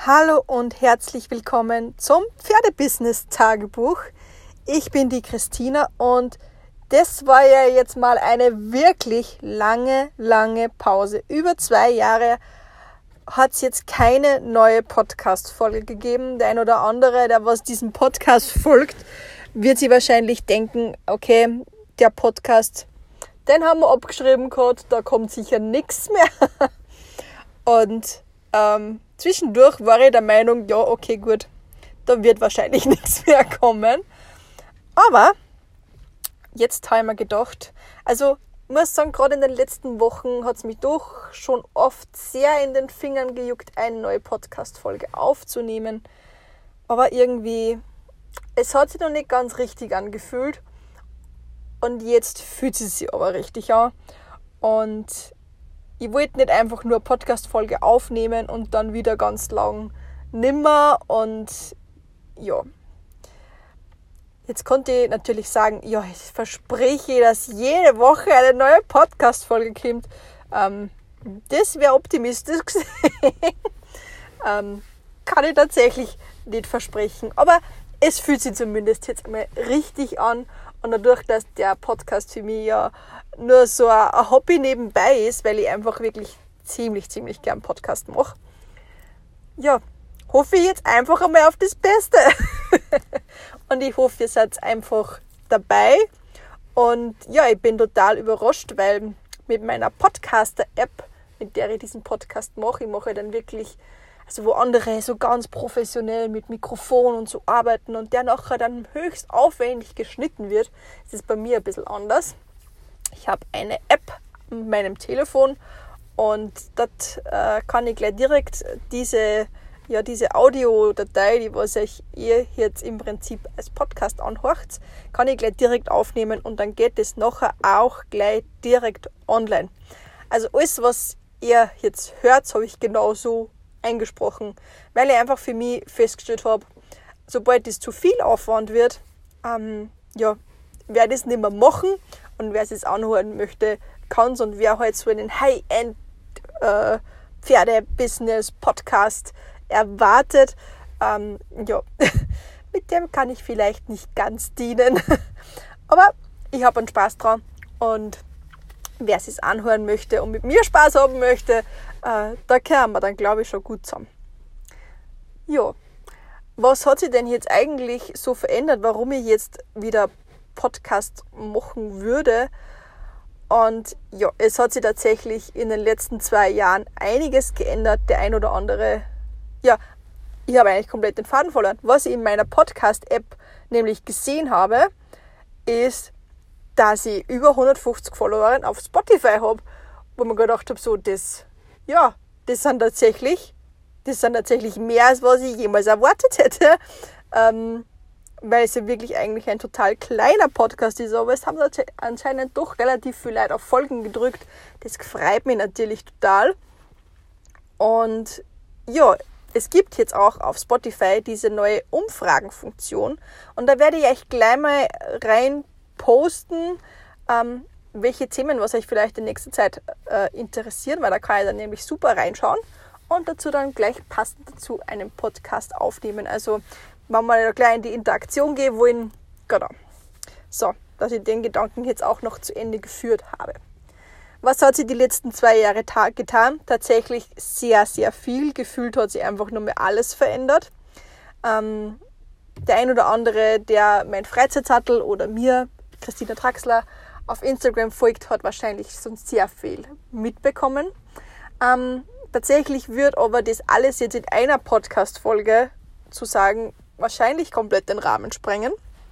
Hallo und herzlich willkommen zum Pferdebusiness-Tagebuch. Ich bin die Christina und das war ja jetzt mal eine wirklich lange Pause. Über 2 Jahre hat es jetzt keine neue Podcast-Folge gegeben. Der ein oder andere, der was diesem Podcast folgt, wird sich wahrscheinlich denken, okay, der Podcast, den haben wir abgeschrieben gehabt, da kommt sicher nichts mehr. Und zwischendurch war ich der Meinung, ja, okay, gut, da wird wahrscheinlich nichts mehr kommen. Aber jetzt habe ich mir gedacht, also ich muss sagen, gerade in den letzten Wochen hat es mich doch schon oft sehr in den Fingern gejuckt, eine neue Podcast-Folge aufzunehmen. Aber irgendwie, es hat sich noch nicht ganz richtig angefühlt. Und jetzt fühlt es sich aber richtig an. Und ich wollte nicht einfach nur eine Podcast-Folge aufnehmen und dann wieder ganz lang nimmer. Und ja, jetzt konnte ich natürlich sagen, ja, ich verspreche, dass jede Woche eine neue Podcast-Folge kommt. Das wäre optimistisch gesehen. Kann ich tatsächlich nicht versprechen. Aber es fühlt sich zumindest jetzt einmal richtig an. Und dadurch, dass der Podcast für mich ja nur so ein Hobby nebenbei ist, weil ich einfach wirklich ziemlich gern Podcast mache, ja, hoffe ich jetzt einfach einmal auf das Beste. Und ich hoffe, ihr seid einfach dabei. Und ja, ich bin total überrascht, weil mit meiner Podcaster-App, mit der ich diesen Podcast mache, ich mache dann wirklich, also wo andere so ganz professionell mit Mikrofon und so arbeiten und der nachher dann höchst aufwendig geschnitten wird, ist es bei mir ein bisschen anders. Ich habe eine App mit meinem Telefon und dort kann ich gleich direkt diese Audiodatei, die was ihr jetzt im Prinzip als Podcast anhört, kann ich gleich direkt aufnehmen und dann geht es nachher auch gleich direkt online. Also alles, was ihr jetzt hört, habe ich genauso eingesprochen, weil ich einfach für mich festgestellt habe, sobald das zu viel Aufwand wird, wer das nicht mehr machen und wer es jetzt anhören möchte, kann es, und wer halt so einen High-End Pferde-Business-Podcast erwartet, mit dem kann ich vielleicht nicht ganz dienen. Aber ich habe einen Spaß dran, und wer es anhören möchte und mit mir Spaß haben möchte, da können wir dann, glaube ich, schon gut zusammen. Ja, was hat sich denn jetzt eigentlich so verändert, warum ich jetzt wieder Podcast machen würde? Und ja, es hat sich tatsächlich in den letzten 2 Jahren einiges geändert. Der ein oder andere, ja, ich habe eigentlich komplett den Faden verloren. Was ich in meiner Podcast-App nämlich gesehen habe, ist, dass ich über 150 Follower auf Spotify habe, wo ich mir gedacht habe, so, das sind tatsächlich mehr, als was ich jemals erwartet hätte, weil es ja wirklich eigentlich ein total kleiner Podcast ist, aber es haben anscheinend doch relativ viele Leute auf Folgen gedrückt. Das freut mich natürlich total. Und ja, es gibt jetzt auch auf Spotify diese neue Umfragenfunktion, und da werde ich euch gleich mal rein posten, welche Themen, was euch vielleicht in nächster Zeit interessieren, weil da kann ich dann nämlich super reinschauen und dazu dann gleich passend dazu einen Podcast aufnehmen. Also wenn wir da gleich in die Interaktion gehen wollen, genau. So, dass ich den Gedanken jetzt auch noch zu Ende geführt habe. Was hat sich die letzten 2 Jahre getan? Tatsächlich sehr viel. Gefühlt hat sich einfach nur mehr alles verändert. Der ein oder andere, der mein Freizeitsattel oder mir, Christina Traxler, auf Instagram folgt, hat wahrscheinlich schon sehr viel mitbekommen. Tatsächlich wird aber das alles jetzt in einer Podcast-Folge zu sagen, wahrscheinlich komplett den Rahmen sprengen.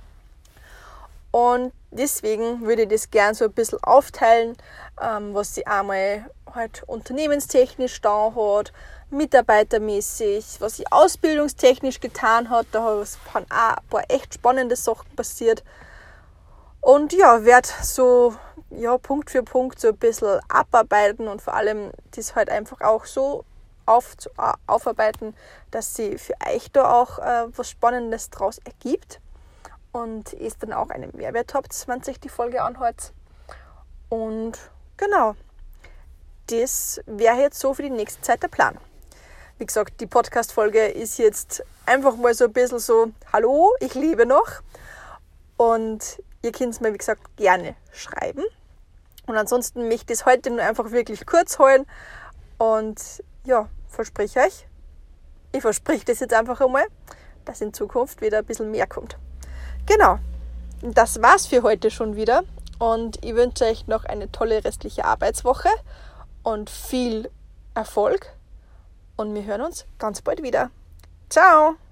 Und deswegen würde ich das gern so ein bisschen aufteilen, was sie einmal halt unternehmenstechnisch da hat, mitarbeitermäßig, was sie ausbildungstechnisch getan hat. Da sind auch ein paar echt spannende Sachen passiert. Und ja, werde so Punkt für Punkt so ein bisschen abarbeiten und vor allem das halt einfach auch so aufarbeiten, dass sie für euch da auch was Spannendes draus ergibt und es dann auch einen Mehrwert habt, wenn sich die Folge anhört. Und genau, das wäre jetzt so für die nächste Zeit der Plan. Wie gesagt, die Podcast-Folge ist jetzt einfach mal so ein bisschen so, hallo, ich lebe noch. Und ihr könnt es mir, wie gesagt, gerne schreiben. Und ansonsten möchte ich es heute nur einfach wirklich kurz holen. Und ja, ich verspreche das jetzt einfach einmal, dass in Zukunft wieder ein bisschen mehr kommt. Genau, das war's für heute schon wieder. Und ich wünsche euch noch eine tolle restliche Arbeitswoche und viel Erfolg. Und wir hören uns ganz bald wieder. Ciao!